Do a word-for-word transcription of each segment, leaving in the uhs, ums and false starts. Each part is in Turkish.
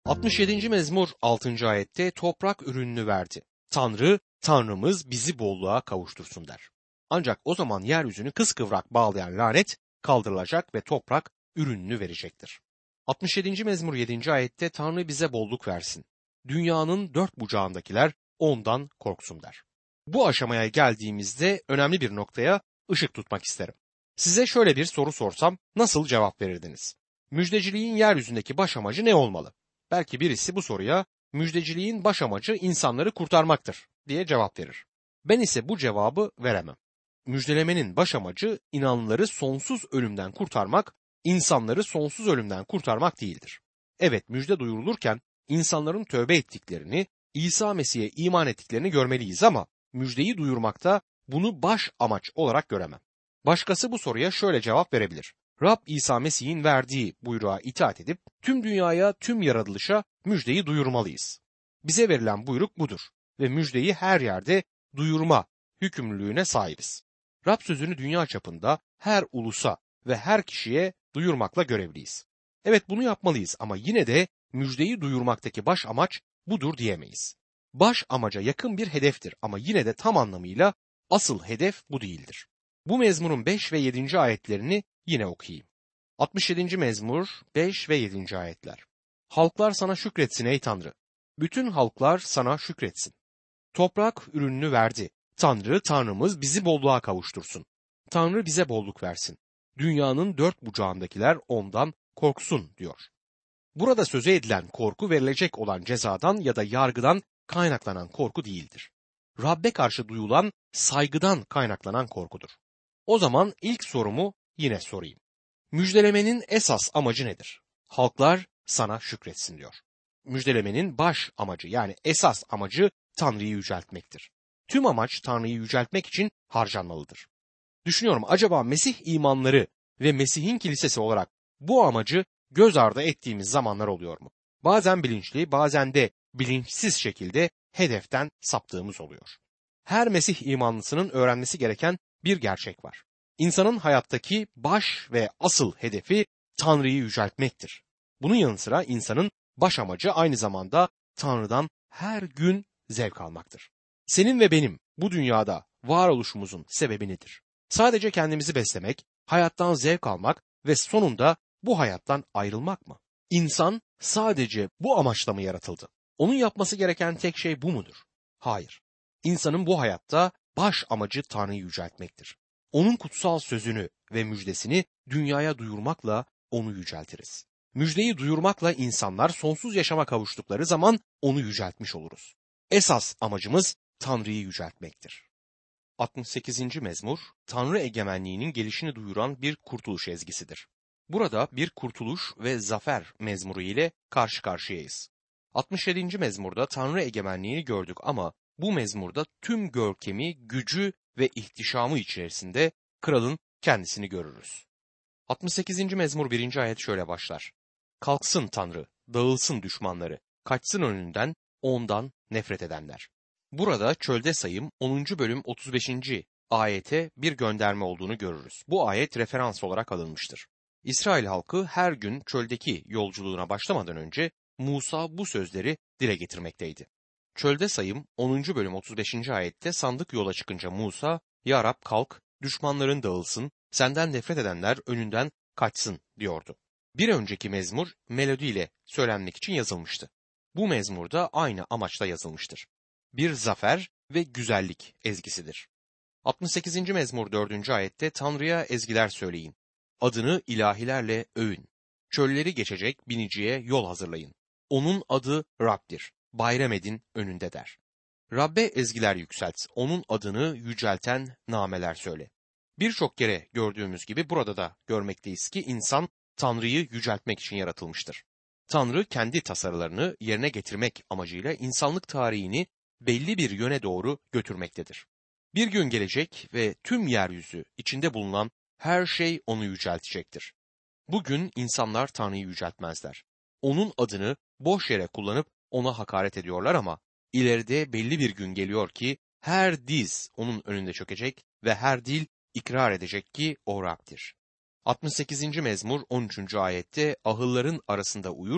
altmış yedinci mezmur altıncı ayette toprak ürününü verdi. Tanrı, Tanrımız bizi bolluğa kavuştursun der. Ancak o zaman yeryüzünü kıskıvrak bağlayan lanet kaldırılacak ve toprak ürününü verecektir. altmış yedinci mezmur yedinci ayette Tanrı bize bolluk versin. Dünyanın dört bucağındakiler ondan korksun der. Bu aşamaya geldiğimizde önemli bir noktaya ışık tutmak isterim. Size şöyle bir soru sorsam nasıl cevap verirdiniz? Müjdeciliğin yeryüzündeki baş amacı ne olmalı? Belki birisi bu soruya müjdeciliğin baş amacı insanları kurtarmaktır diye cevap verir. Ben ise bu cevabı veremem. Müjdelemenin baş amacı inanlıları sonsuz ölümden kurtarmak, insanları sonsuz ölümden kurtarmak değildir. Evet, müjde duyurulurken insanların tövbe ettiklerini, İsa Mesih'e iman ettiklerini görmeliyiz ama müjdeyi duyurmakta bunu baş amaç olarak göremem. Başkası bu soruya şöyle cevap verebilir. Rab İsa Mesih'in verdiği buyruğa itaat edip tüm dünyaya, tüm yaratılışa müjdeyi duyurmalıyız. Bize verilen buyruk budur ve müjdeyi her yerde duyurma hükümlülüğüne sahibiz. Rab sözünü dünya çapında her ulusa ve her kişiye duyurmakla görevliyiz. Evet, bunu yapmalıyız ama yine de müjdeyi duyurmaktaki baş amaç budur diyemeyiz. Baş amaca yakın bir hedeftir ama yine de tam anlamıyla asıl hedef bu değildir. Bu mezmurun beş ve yedinci ayetlerini yine okuyayım. altmış yedinci mezmur beş ve yedinci ayetler. Halklar sana şükretsin ey Tanrı. Bütün halklar sana şükretsin. Toprak ürününü verdi. Tanrı, Tanrımız bizi bolluğa kavuştursun. Tanrı bize bolluk versin. Dünyanın dört bucağındakiler ondan korksun diyor. Burada söze edilen korku verilecek olan cezadan ya da yargıdan kaynaklanan korku değildir. Rabbe karşı duyulan saygıdan kaynaklanan korkudur. O zaman ilk sorumu yine sorayım. Müjdelemenin esas amacı nedir? Halklar sana şükretsin diyor. Müjdelemenin baş amacı yani esas amacı Tanrı'yı yüceltmektir. Tüm amaç Tanrı'yı yüceltmek için harcanmalıdır. Düşünüyorum, acaba Mesih imanları ve Mesih'in kilisesi olarak bu amacı göz ardı ettiğimiz zamanlar oluyor mu? Bazen bilinçli, bazen de bilinçsiz şekilde hedeften saptığımız oluyor. Her Mesih imanlısının öğrenmesi gereken bir gerçek var. İnsanın hayattaki baş ve asıl hedefi Tanrı'yı yüceltmektir. Bunun yanı sıra insanın baş amacı aynı zamanda Tanrı'dan her gün zevk almaktır. Senin ve benim bu dünyada varoluşumuzun sebebi nedir? Sadece kendimizi beslemek, hayattan zevk almak ve sonunda bu hayattan ayrılmak mı? İnsan sadece bu amaçla mı yaratıldı? Onun yapması gereken tek şey bu mudur? Hayır. İnsanın bu hayatta baş amacı Tanrı'yı yüceltmektir. Onun kutsal sözünü ve müjdesini dünyaya duyurmakla onu yüceltiriz. Müjdeyi duyurmakla insanlar sonsuz yaşama kavuştukları zaman onu yüceltmiş oluruz. Esas amacımız Tanrı'yı yüceltmektir. altmış sekizinci mezmur, Tanrı egemenliğinin gelişini duyuran bir kurtuluş ezgisidir. Burada bir kurtuluş ve zafer mezmuru ile karşı karşıyayız. altmış yedinci mezmurda Tanrı egemenliğini gördük ama bu mezmurda tüm görkemi, gücü ve ihtişamı içerisinde kralın kendisini görürüz. altmış sekizinci mezmur birinci ayet şöyle başlar. Kalksın Tanrı, dağılsın düşmanları, kaçsın önünden, ondan nefret edenler. Burada çölde sayım onuncu bölüm otuz beşinci ayete bir gönderme olduğunu görürüz. Bu ayet referans olarak alınmıştır. İsrail halkı her gün çöldeki yolculuğuna başlamadan önce Musa bu sözleri dile getirmekteydi. Çölde sayım onuncu bölüm otuz beşinci ayette sandık yola çıkınca Musa, "Ya Rab kalk, düşmanların dağılsın, senden nefret edenler önünden kaçsın" diyordu. Bir önceki mezmur melodiyle söylenmek için yazılmıştı. Bu mezmur da aynı amaçla yazılmıştır. Bir zafer ve güzellik ezgisidir. altmış sekizinci mezmur dördüncü ayette Tanrı'ya ezgiler söyleyin. Adını ilahilerle övün. Çölleri geçecek biniciye yol hazırlayın. Onun adı Rab'dir. Bayram edin önünde der. Rabbe ezgiler yükselt. Onun adını yücelten nameler söyle. Birçok kere gördüğümüz gibi burada da görmekteyiz ki insan Tanrı'yı yüceltmek için yaratılmıştır. Tanrı kendi tasarılarını yerine getirmek amacıyla insanlık tarihini belli bir yöne doğru götürmektedir. Bir gün gelecek ve tüm yeryüzü içinde bulunan her şey onu yüceltecektir. Bugün insanlar Tanrı'yı yüceltmezler. Onun adını boş yere kullanıp ona hakaret ediyorlar ama ileride belli bir gün geliyor ki her diz onun önünde çökecek ve her dil ikrar edecek ki o Rab'dir. altmış sekizinci mezmur on üçüncü ayette ahılların arasında uyurken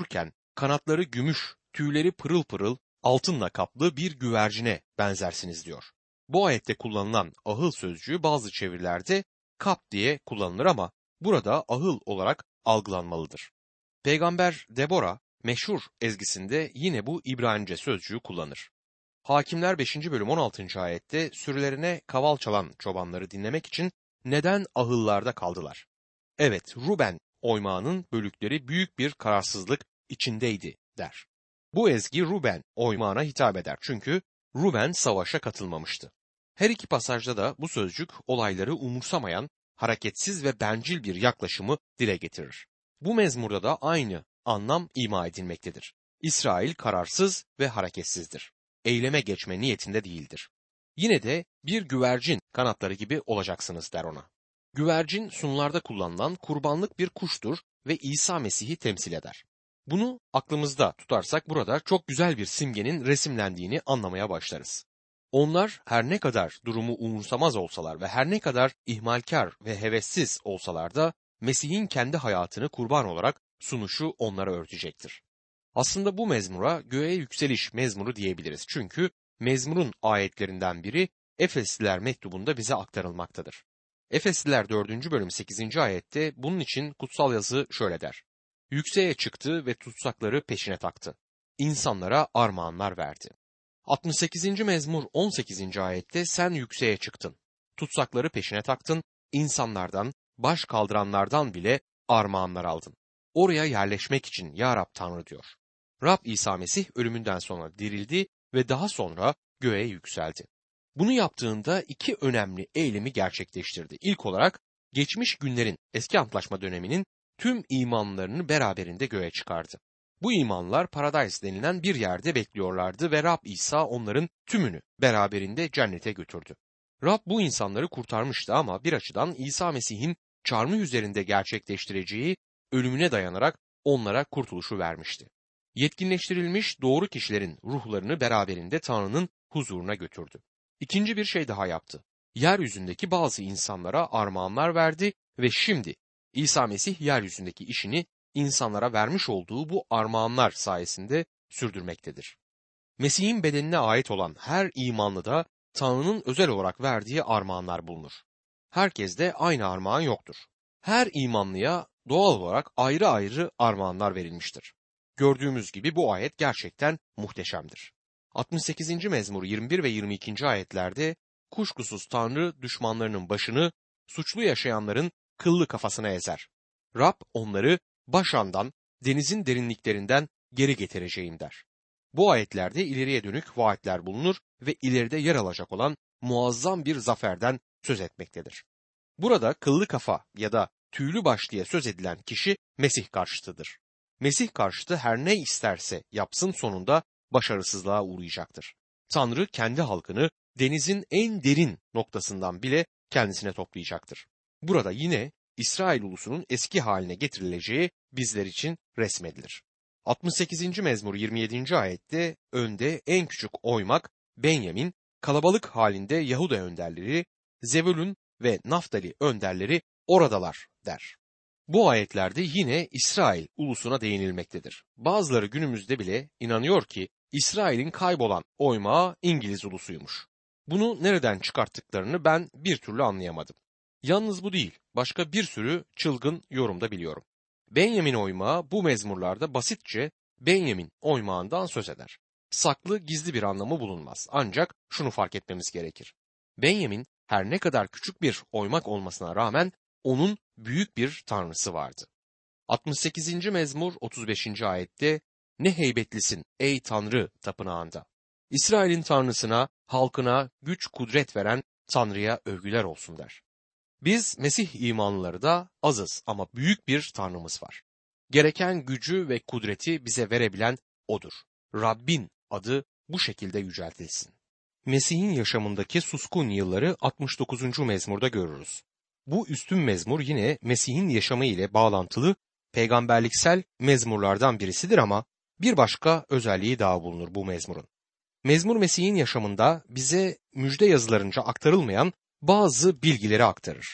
kanatları gümüş, tüyleri pırıl pırıl, altınla kaplı bir güvercine benzersiniz diyor. Bu ayette kullanılan ahıl sözcüğü bazı çevirilerde kap diye kullanılır ama burada ahıl olarak algılanmalıdır. Peygamber Debora meşhur ezgisinde yine bu İbranice sözcüğü kullanır. Hakimler beşinci bölüm on altıncı ayette sürülerine kaval çalan çobanları dinlemek için neden ahıllarda kaldılar? Evet, Ruben oymağının bölükleri büyük bir kararsızlık içindeydi der. Bu ezgi Ruben oymağına hitap eder çünkü Ruben savaşa katılmamıştı. Her iki pasajda da bu sözcük olayları umursamayan, hareketsiz ve bencil bir yaklaşımı dile getirir. Bu mezmurda da aynı anlam ima edilmektedir. İsrail kararsız ve hareketsizdir. Eyleme geçme niyetinde değildir. Yine de bir güvercin kanatları gibi olacaksınız der ona. Güvercin sunularda kullanılan kurbanlık bir kuştur ve İsa Mesih'i temsil eder. Bunu aklımızda tutarsak burada çok güzel bir simgenin resimlendiğini anlamaya başlarız. Onlar her ne kadar durumu umursamaz olsalar ve her ne kadar ihmalkar ve hevessiz olsalar da Mesih'in kendi hayatını kurban olarak sunuşu onlara örtecektir. Aslında bu mezmura göğe yükseliş mezmuru diyebiliriz. Çünkü mezmurun ayetlerinden biri Efesliler mektubunda bize aktarılmaktadır. Efesliler dördüncü bölüm sekizinci ayette bunun için kutsal yazı şöyle der. Yükseğe çıktı ve tutsakları peşine taktı. İnsanlara armağanlar verdi. altmış sekizinci mezmur on sekizinci ayette sen yükseğe çıktın. Tutsakları peşine taktın. İnsanlardan, baş kaldıranlardan bile armağanlar aldın. Oraya yerleşmek için ya Rab Tanrı diyor. Rab İsa Mesih ölümünden sonra dirildi ve daha sonra göğe yükseldi. Bunu yaptığında iki önemli eylemi gerçekleştirdi. İlk olarak geçmiş günlerin eski antlaşma döneminin tüm imanlarını beraberinde göğe çıkardı. Bu imanlar Paradise denilen bir yerde bekliyorlardı ve Rab İsa onların tümünü beraberinde cennete götürdü. Rab bu insanları kurtarmıştı ama bir açıdan İsa Mesih'in çarmıh üzerinde gerçekleştireceği ölümüne dayanarak onlara kurtuluşu vermişti. Yetkinleştirilmiş doğru kişilerin ruhlarını beraberinde Tanrı'nın huzuruna götürdü. İkinci bir şey daha yaptı. Yeryüzündeki bazı insanlara armağanlar verdi ve şimdi İsa Mesih yeryüzündeki işini insanlara vermiş olduğu bu armağanlar sayesinde sürdürmektedir. Mesih'in bedenine ait olan her imanlıda Tanrı'nın özel olarak verdiği armağanlar bulunur. Herkeste aynı armağan yoktur. Her imanlıya doğal olarak ayrı ayrı armağanlar verilmiştir. Gördüğümüz gibi bu ayet gerçekten muhteşemdir. altmış sekizinci mezmur yirmi bir ve yirmi ikinci ayetlerde kuşkusuz Tanrı düşmanlarının başını suçlu yaşayanların kıllı kafasına ezer. Rab onları Başan'dan, denizin derinliklerinden geri getireceğim der. Bu ayetlerde ileriye dönük vaatler bulunur ve ileride yer alacak olan muazzam bir zaferden söz etmektedir. Burada kıllı kafa ya da tüylü baş diye söz edilen kişi Mesih karşıtıdır. Mesih karşıtı her ne isterse yapsın sonunda başarısızlığa uğrayacaktır. Tanrı kendi halkını denizin en derin noktasından bile kendisine toplayacaktır. Burada yine İsrail ulusunun eski haline getirileceği bizler için resmedilir. altmış sekizinci mezmur yirmi yedinci ayette önde en küçük oymak Benyamin, kalabalık halinde Yahuda önderleri, Zebulun ve Naftali önderleri oradalar der. Bu ayetlerde yine İsrail ulusuna değinilmektedir. Bazıları günümüzde bile inanıyor ki İsrail'in kaybolan oymağı İngiliz ulusuymuş. Bunu nereden çıkarttıklarını ben bir türlü anlayamadım. Yalnız bu değil, başka bir sürü çılgın yorumda biliyorum. Benyamin oymağı bu mezmurlarda basitçe Benyamin oymağından söz eder. Saklı gizli bir anlamı bulunmaz. Ancak şunu fark etmemiz gerekir. Benyamin her ne kadar küçük bir oymak olmasına rağmen onun büyük bir tanrısı vardı. altmış sekizinci mezmur otuz beşinci ayette ne heybetlisin ey Tanrı tapınağında. İsrail'in tanrısına, halkına güç kudret veren Tanrı'ya övgüler olsun der. Biz Mesih imanlıları da azız ama büyük bir Tanrımız var. Gereken gücü ve kudreti bize verebilen O'dur. Rabbin adı bu şekilde yüceltilsin. Mesih'in yaşamındaki suskun yılları altmış dokuzuncu mezmurda görürüz. Bu üstün mezmur yine Mesih'in yaşamı ile bağlantılı peygamberliksel mezmurlardan birisidir ama bir başka özelliği daha bulunur bu mezmurun. Mezmur Mesih'in yaşamında bize müjde yazılarınca aktarılmayan bazı bilgileri aktarır.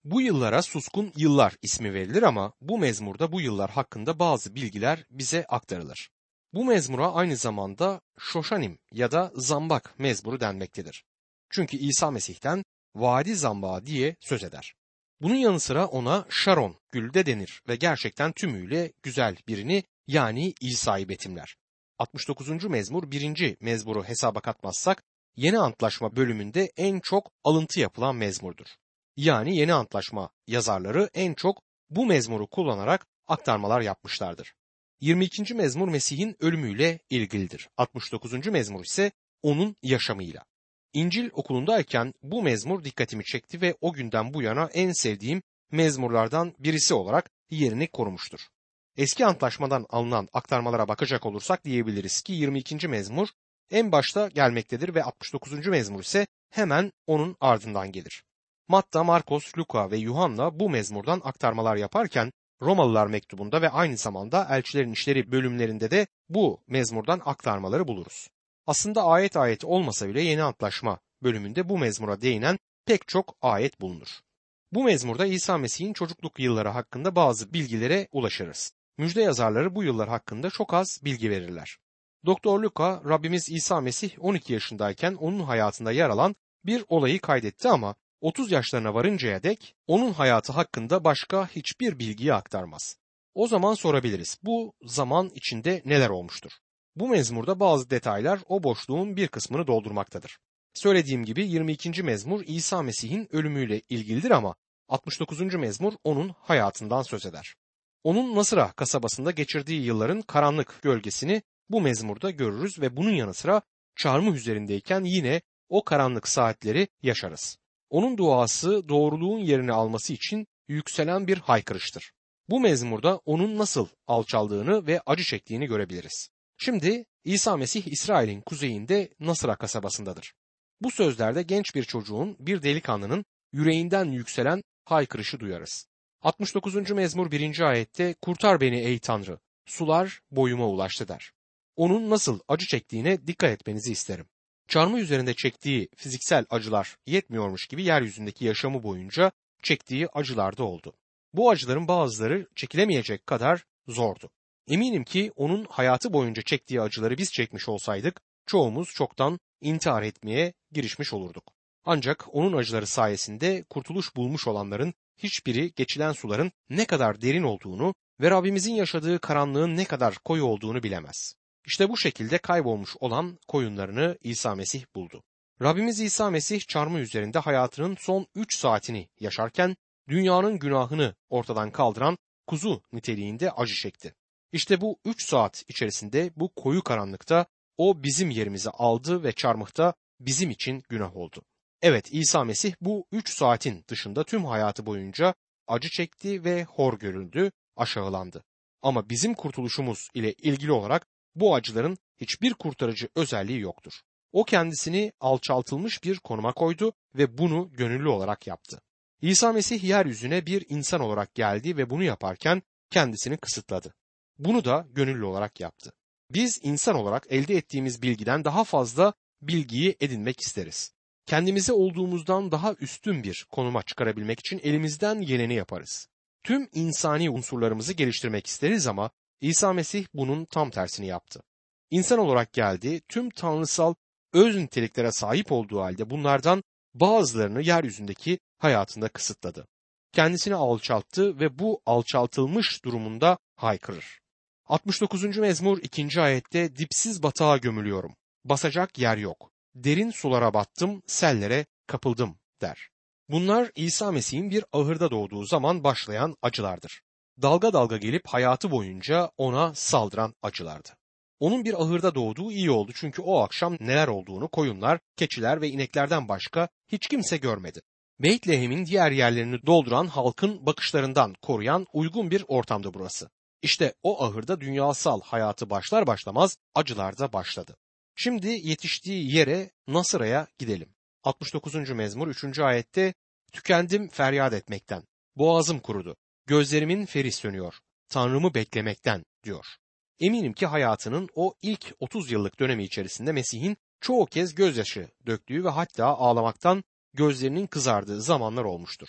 Bu yıllara suskun yıllar ismi verilir ama bu mezmurda bu yıllar hakkında bazı bilgiler bize aktarılır. Bu mezmura aynı zamanda Şoşanim ya da Zambak mezmuru denmektedir. Çünkü İsa Mesih'ten vadi zambağı diye söz eder. Bunun yanı sıra ona Şaron gülü de denir ve gerçekten tümüyle güzel birini yani İsa'yı betimler. altmış dokuzuncu mezmur birinci mezmuru hesaba katmazsak Yeni Antlaşma bölümünde en çok alıntı yapılan mezmurdur. Yani Yeni Antlaşma yazarları en çok bu mezmuru kullanarak aktarmalar yapmışlardır. yirmi ikinci mezmur Mesih'in ölümüyle ilgilidir. altmış dokuzuncu mezmur ise onun yaşamıyla. İncil okulundayken bu mezmur dikkatimi çekti ve o günden bu yana en sevdiğim mezmurlardan birisi olarak yerini korumuştur. Eski antlaşmadan alınan aktarmalara bakacak olursak diyebiliriz ki yirmi ikinci mezmur en başta gelmektedir ve altmış dokuzuncu mezmur ise hemen onun ardından gelir. Matta, Markos, Luka ve Yuhanna bu mezmurdan aktarmalar yaparken Romalılar mektubunda ve aynı zamanda Elçilerin İşleri bölümlerinde de bu mezmurdan aktarmaları buluruz. Aslında ayet ayet olmasa bile Yeni Antlaşma bölümünde bu mezmura değinen pek çok ayet bulunur. Bu mezmurda İsa Mesih'in çocukluk yılları hakkında bazı bilgilere ulaşırız. Müjde yazarları bu yıllar hakkında çok az bilgi verirler. Doktor Luka, Rabbimiz İsa Mesih on iki yaşındayken onun hayatında yer alan bir olayı kaydetti ama otuz yaşlarına varıncaya dek onun hayatı hakkında başka hiçbir bilgiyi aktarmaz. O zaman sorabiliriz, bu zaman içinde neler olmuştur? Bu mezmurda bazı detaylar o boşluğun bir kısmını doldurmaktadır. Söylediğim gibi yirmi ikinci mezmur İsa Mesih'in ölümüyle ilgilidir ama altmış dokuzuncu mezmur onun hayatından söz eder. Onun Nasıra kasabasında geçirdiği yılların karanlık gölgesini bu mezmurda görürüz ve bunun yanı sıra çarmıh üzerindeyken yine o karanlık saatleri yaşarız. Onun duası doğruluğun yerini alması için yükselen bir haykırıştır. Bu mezmurda onun nasıl alçaldığını ve acı çektiğini görebiliriz. Şimdi İsa Mesih İsrail'in kuzeyinde Nasıra kasabasındadır. Bu sözlerde genç bir çocuğun, bir delikanlının yüreğinden yükselen haykırışı duyarız. altmış dokuzuncu mezmur birinci ayette "Kurtar beni ey Tanrı, sular boyuma ulaştı" der. Onun nasıl acı çektiğine dikkat etmenizi isterim. Çarmıh üzerinde çektiği fiziksel acılar yetmiyormuş gibi yeryüzündeki yaşamı boyunca çektiği acılar da oldu. Bu acıların bazıları çekilemeyecek kadar zordu. Eminim ki onun hayatı boyunca çektiği acıları biz çekmiş olsaydık çoğumuz çoktan intihar etmeye girişmiş olurduk. Ancak onun acıları sayesinde kurtuluş bulmuş olanların hiçbiri geçilen suların ne kadar derin olduğunu ve Rabbimizin yaşadığı karanlığın ne kadar koyu olduğunu bilemez. İşte bu şekilde kaybolmuş olan koyunlarını İsa Mesih buldu. Rabbimiz İsa Mesih çarmıh üzerinde hayatının son üç saatini yaşarken dünyanın günahını ortadan kaldıran kuzu niteliğinde acı çekti. İşte bu üç saat içerisinde bu koyu karanlıkta o bizim yerimizi aldı ve çarmıhta bizim için günah oldu. Evet, İsa Mesih bu üç saatin dışında tüm hayatı boyunca acı çekti ve hor görüldü, aşağılandı. Ama bizim kurtuluşumuz ile ilgili olarak bu acıların hiçbir kurtarıcı özelliği yoktur. O kendisini alçaltılmış bir konuma koydu ve bunu gönüllü olarak yaptı. İsa Mesih yeryüzüne bir insan olarak geldi ve bunu yaparken kendisini kısıtladı. Bunu da gönüllü olarak yaptı. Biz insan olarak elde ettiğimiz bilgiden daha fazla bilgiyi edinmek isteriz. Kendimizi olduğumuzdan daha üstün bir konuma çıkarabilmek için elimizden geleni yaparız. Tüm insani unsurlarımızı geliştirmek isteriz ama İsa Mesih bunun tam tersini yaptı. İnsan olarak geldi, tüm tanrısal öz niteliklere sahip olduğu halde bunlardan bazılarını yeryüzündeki hayatında kısıtladı. Kendisini alçalttı ve bu alçaltılmış durumunda haykırır. altmış dokuzuncu mezmur ikinci ayette "Dipsiz batağa gömülüyorum, basacak yer yok, derin sulara battım, sellere kapıldım" der. Bunlar İsa Mesih'in bir ahırda doğduğu zaman başlayan acılardır. Dalga dalga gelip hayatı boyunca ona saldıran acılardı. Onun bir ahırda doğduğu iyi oldu çünkü o akşam neler olduğunu koyunlar, keçiler ve ineklerden başka hiç kimse görmedi. Beytlehem'in diğer yerlerini dolduran halkın bakışlarından koruyan uygun bir ortamdı burası. İşte o ahırda dünyasal hayatı başlar başlamaz acılar da başladı. Şimdi yetiştiği yere Nasıra'ya gidelim. altmış dokuzuncu mezmur üçüncü ayette "Tükendim feryat etmekten, boğazım kurudu, gözlerimin feri sönüyor, Tanrımı beklemekten" diyor. Eminim ki hayatının o ilk otuz yıllık dönemi içerisinde Mesih'in çoğu kez gözyaşı döktüğü ve hatta ağlamaktan gözlerinin kızardığı zamanlar olmuştur.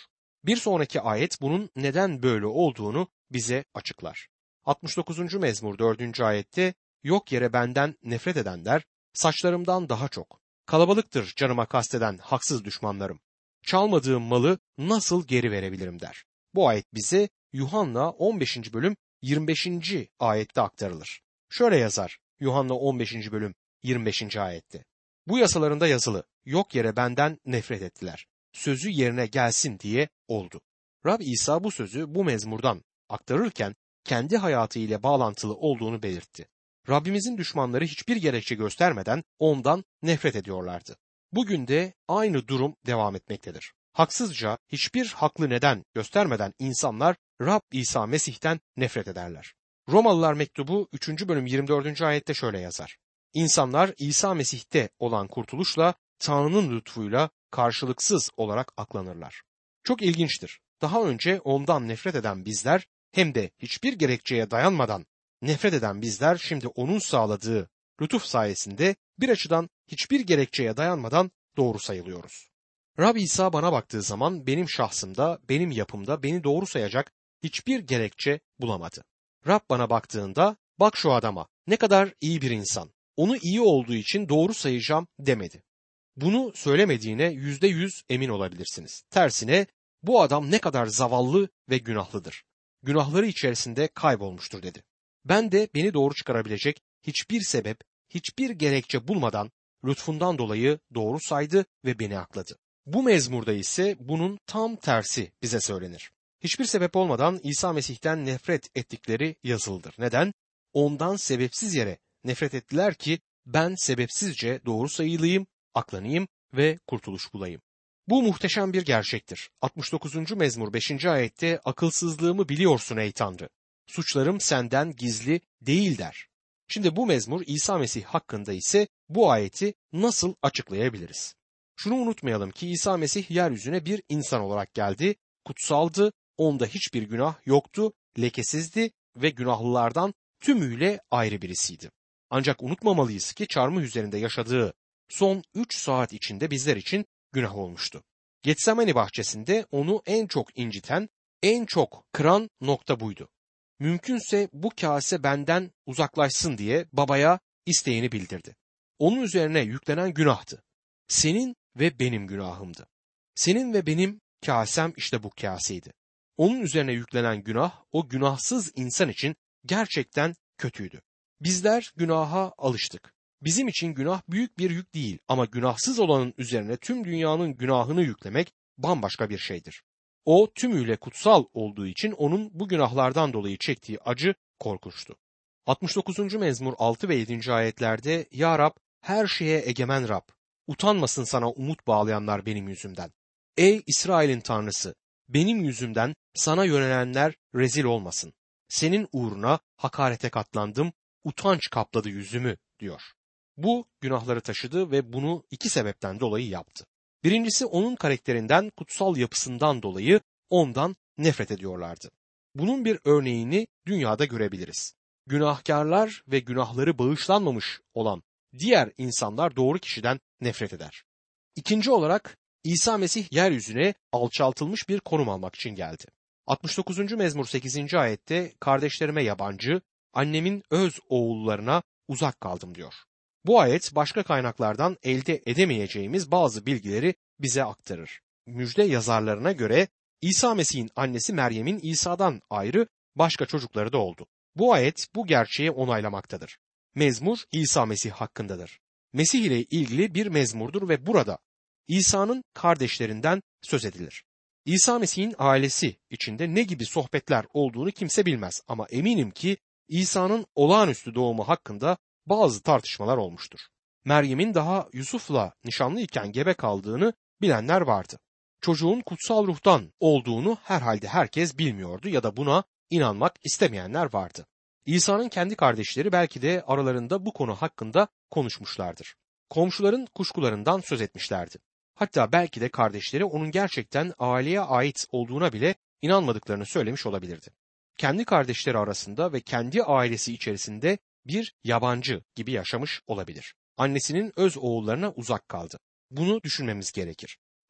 Bir sonraki ayet bunun neden böyle olduğunu bize açıklar. altmış dokuzuncu mezmur dördüncü ayette yok yere benden nefret edenler saçlarımdan daha çok. Kalabalıktır canıma kasteden haksız düşmanlarım. Çalmadığım malı nasıl geri verebilirim der. Bu ayet bize Yuhanna on beşinci bölüm yirmi beşinci ayette aktarılır. Şöyle yazar Yuhanna on beşinci bölüm yirmi beşinci ayette. Bu yasalarında yazılı, yok yere benden nefret ettiler. Sözü yerine gelsin diye oldu. Rab İsa bu sözü bu mezmurdan aktarırken kendi hayatı ile bağlantılı olduğunu belirtti. Rabbimizin düşmanları hiçbir gerekçe göstermeden ondan nefret ediyorlardı. Bugün de aynı durum devam etmektedir. Haksızca hiçbir haklı neden göstermeden insanlar Rab İsa Mesih'ten nefret ederler. Romalılar mektubu üçüncü bölüm yirmi dördüncü ayette şöyle yazar. İnsanlar İsa Mesih'te olan kurtuluşla Tanrı'nın lütfuyla karşılıksız olarak aklanırlar. Çok ilginçtir. Daha önce ondan nefret eden bizler hem de hiçbir gerekçeye dayanmadan nefret eden bizler şimdi onun sağladığı lütuf sayesinde bir açıdan hiçbir gerekçeye dayanmadan doğru sayılıyoruz. Rab İsa bana baktığı zaman benim şahsımda, benim yapımda beni doğru sayacak hiçbir gerekçe bulamadı. Rab bana baktığında bak şu adama ne kadar iyi bir insan, onu iyi olduğu için doğru sayacağım demedi. Bunu söylemediğine yüzde yüz emin olabilirsiniz. Tersine bu adam ne kadar zavallı ve günahlıdır. Günahları içerisinde kaybolmuştur dedi. Ben de beni doğru çıkarabilecek hiçbir sebep, hiçbir gerekçe bulmadan lütfundan dolayı doğru saydı ve beni akladı. Bu mezmurda ise bunun tam tersi bize söylenir. Hiçbir sebep olmadan İsa Mesih'ten nefret ettikleri yazılıdır. Neden? Ondan sebepsiz yere nefret ettiler ki ben sebepsizce doğru sayılayım, aklanayım ve kurtuluş bulayım. Bu muhteşem bir gerçektir. altmış dokuzuncu mezmur beşinci ayette akılsızlığımı biliyorsun ey Tanrı. Suçlarım senden gizli değil der. Şimdi bu mezmur İsa Mesih hakkında ise bu ayeti nasıl açıklayabiliriz? Şunu unutmayalım ki İsa Mesih yeryüzüne bir insan olarak geldi, kutsaldı, onda hiçbir günah yoktu, lekesizdi ve günahlılardan tümüyle ayrı birisiydi. Ancak unutmamalıyız ki çarmıh üzerinde yaşadığı son üç saat içinde bizler için günah olmuştu. Getsemani bahçesinde onu en çok inciten, en çok kıran nokta buydu. Mümkünse bu kase benden uzaklaşsın diye babaya isteğini bildirdi. Onun üzerine yüklenen günahtı. Senin ve benim günahımdı. Senin ve benim kasem işte bu kaseydi. Onun üzerine yüklenen günah o günahsız insan için gerçekten kötüydü. Bizler günaha alıştık. Bizim için günah büyük bir yük değil ama günahsız olanın üzerine tüm dünyanın günahını yüklemek bambaşka bir şeydir. O tümüyle kutsal olduğu için onun bu günahlardan dolayı çektiği acı korkunçtu. altmış dokuzuncu mezmur altı ve yedinci ayetlerde Ya Rab, her şeye egemen Rab, utanmasın sana umut bağlayanlar benim yüzümden. Ey İsrail'in Tanrısı, benim yüzümden sana yönelenler rezil olmasın. Senin uğruna hakarete katlandım, utanç kapladı yüzümü diyor. Bu günahları taşıdı ve bunu iki sebepten dolayı yaptı. Birincisi onun karakterinden, kutsal yapısından dolayı ondan nefret ediyorlardı. Bunun bir örneğini dünyada görebiliriz. Günahkarlar ve günahları bağışlanmamış olan diğer insanlar doğru kişiden nefret eder. İkinci olarak İsa Mesih yeryüzüne alçaltılmış bir konum almak için geldi. altmış dokuzuncu mezmur sekizinci ayette kardeşlerime yabancı, annemin öz oğullarına uzak kaldım diyor. Bu ayet başka kaynaklardan elde edemeyeceğimiz bazı bilgileri bize aktarır. Müjde yazarlarına göre İsa Mesih'in annesi Meryem'in İsa'dan ayrı başka çocukları da oldu. Bu ayet bu gerçeği onaylamaktadır. Mezmur İsa Mesih hakkındadır. Mesih ile ilgili bir mezmurdur ve burada İsa'nın kardeşlerinden söz edilir. İsa Mesih'in ailesi içinde ne gibi sohbetler olduğunu kimse bilmez ama eminim ki İsa'nın olağanüstü doğumu hakkında bazı tartışmalar olmuştur. Meryem'in daha Yusuf'la nişanlıyken gebe kaldığını bilenler vardı. Çocuğun kutsal ruhtan olduğunu herhalde herkes bilmiyordu ya da buna inanmak istemeyenler vardı. İsa'nın kendi kardeşleri belki de aralarında bu konu hakkında konuşmuşlardır. Komşuların kuşkularından söz etmişlerdi. Hatta belki de kardeşleri onun gerçekten aileye ait olduğuna bile inanmadıklarını söylemiş olabilirdi. Kendi kardeşleri arasında ve kendi ailesi içerisinde bir yabancı gibi yaşamış olabilir. Annesinin öz oğullarına uzak kaldı. Bunu düşünmemiz gerekir.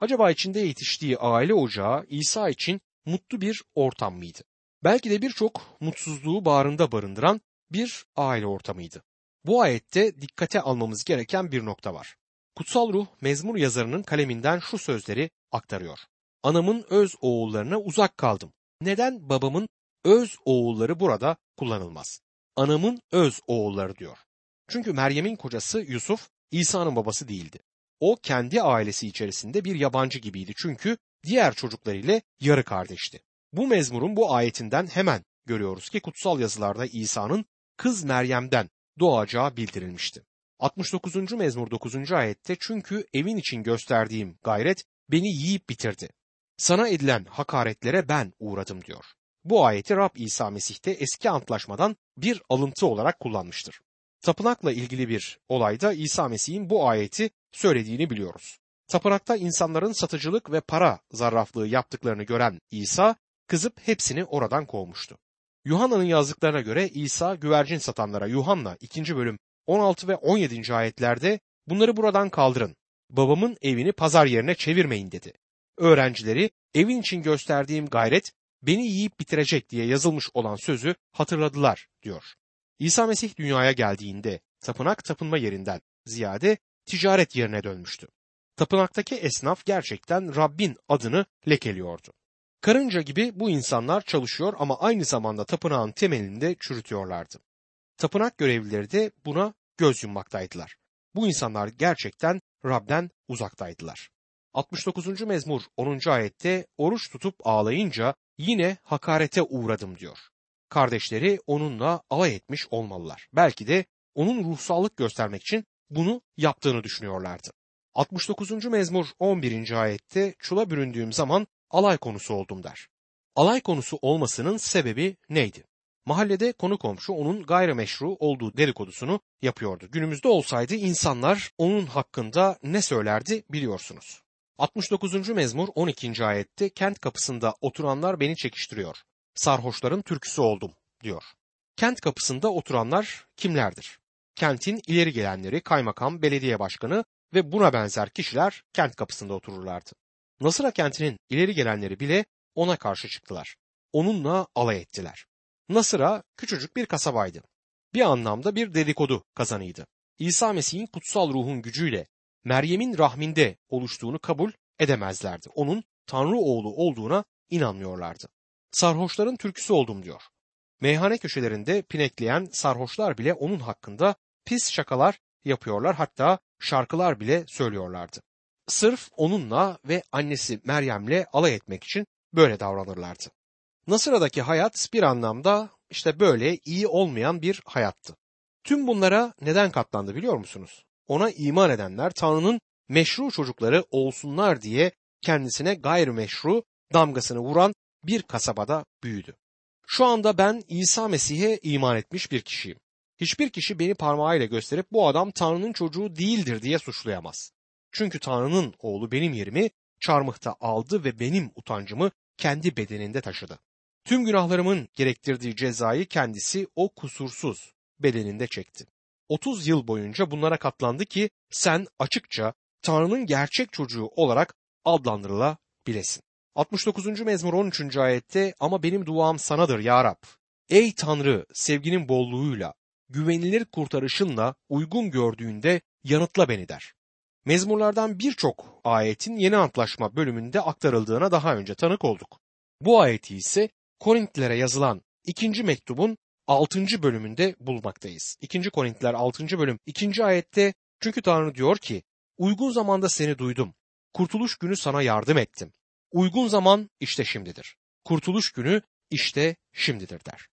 Acaba içinde yetiştiği aile ocağı İsa için mutlu bir ortam mıydı? Belki de birçok mutsuzluğu bağrında barındıran bir aile ortamıydı. Bu ayette dikkate almamız gereken bir nokta var. Kutsal Ruh mezmur yazarının kaleminden şu sözleri aktarıyor. Anamın öz oğullarına uzak kaldım. Neden babamın öz oğulları burada kullanılmaz? Anamın öz oğulları diyor. Çünkü Meryem'in kocası Yusuf İsa'nın babası değildi. O kendi ailesi içerisinde bir yabancı gibiydi çünkü diğer çocuklarıyla yarı kardeşti. Bu mezmurun bu ayetinden hemen görüyoruz ki kutsal yazılarda İsa'nın kız Meryem'den doğacağı bildirilmişti. altmış dokuzuncu mezmur dokuzuncu ayette çünkü evin için gösterdiğim gayret beni yiyip bitirdi. Sana edilen hakaretlere ben uğradım diyor. Bu ayeti Rab İsa Mesih'te eski antlaşmadan bir alıntı olarak kullanmıştır. Tapınakla ilgili bir olayda İsa Mesih'in bu ayeti söylediğini biliyoruz. Tapınakta insanların satıcılık ve para zarraflığı yaptıklarını gören İsa kızıp hepsini oradan kovmuştu. Yuhanna'nın yazdıklarına göre İsa güvercin satanlara Yuhanna ikinci bölüm on altı ve on yedinci ayetlerde bunları buradan kaldırın, babamın evini pazar yerine çevirmeyin dedi. Öğrencileri evin için gösterdiğim gayret beni yiyip bitirecek diye yazılmış olan sözü hatırladılar diyor. İsa Mesih dünyaya geldiğinde tapınak tapınma yerinden ziyade ticaret yerine dönmüştü. Tapınaktaki esnaf gerçekten Rabbin adını lekeliyordu. Karınca gibi bu insanlar çalışıyor ama aynı zamanda tapınağın temelinde çürütüyorlardı. Tapınak görevlileri de buna göz yummaktaydılar. Bu insanlar gerçekten Rab'den uzaktaydılar. altmış dokuzuncu mezmur onuncu ayette oruç tutup ağlayınca yine hakarete uğradım diyor. Kardeşleri onunla alay etmiş olmalılar. Belki de onun ruhsallık göstermek için bunu yaptığını düşünüyorlardı. altmış dokuzuncu mezmur on birinci ayette çula büründüğüm zaman alay konusu oldum der. Alay konusu olmasının sebebi neydi? Mahallede konu komşu onun gayrimeşru olduğu dedikodusunu yapıyordu. Günümüzde olsaydı insanlar onun hakkında ne söylerdi biliyorsunuz. altmış dokuzuncu mezmur on ikinci ayette kent kapısında oturanlar beni çekiştiriyor. Sarhoşların türküsü oldum diyor. Kent kapısında oturanlar kimlerdir? Kentin ileri gelenleri, kaymakam, belediye başkanı ve buna benzer kişiler kent kapısında otururlardı. Nasıra kentinin ileri gelenleri bile ona karşı çıktılar. Onunla alay ettiler. Nasıra küçücük bir kasabaydı. Bir anlamda bir dedikodu kazanıydı. İsa Mesih'in kutsal ruhun gücüyle Meryem'in rahminde oluştuğunu kabul edemezlerdi. Onun Tanrı oğlu olduğuna inanmıyorlardı. Sarhoşların türküsü oldum diyor. Meyhane köşelerinde pinekleyen sarhoşlar bile onun hakkında pis şakalar yapıyorlar, hatta şarkılar bile söylüyorlardı. Sırf onunla ve annesi Meryem'le alay etmek için böyle davranırlardı. Nasıra'daki hayat bir anlamda işte böyle iyi olmayan bir hayattı. Tüm bunlara neden katlandı biliyor musunuz? Ona iman edenler Tanrı'nın meşru çocukları olsunlar diye kendisine gayrimeşru damgasını vuran bir kasabada büyüdü. Şu anda ben İsa Mesih'e iman etmiş bir kişiyim. Hiçbir kişi beni parmağıyla gösterip bu adam Tanrı'nın çocuğu değildir diye suçlayamaz. Çünkü Tanrı'nın oğlu benim yerimi çarmıhta aldı ve benim utancımı kendi bedeninde taşıdı. Tüm günahlarımın gerektirdiği cezayı kendisi o kusursuz bedeninde çekti. otuz yıl boyunca bunlara katlandı ki sen açıkça Tanrı'nın gerçek çocuğu olarak adlandırılabilesin. altmış dokuzuncu mezmur on üçüncü ayette ama benim duam sanadır ya Rab. Ey Tanrı, sevginin bolluğuyla, güvenilir kurtarışınla uygun gördüğünde yanıtla beni der. Mezmurlardan birçok ayetin yeni antlaşma bölümünde aktarıldığına daha önce tanık olduk. Bu ayeti ise Korintlilere yazılan ikinci mektubun altıncı bölümünde bulmaktayız. ikinci Korintliler altıncı bölüm ikinci ayette çünkü Tanrı diyor ki uygun zamanda seni duydum. Kurtuluş günü sana yardım ettim. Uygun zaman işte şimdidir. Kurtuluş günü işte şimdidir der.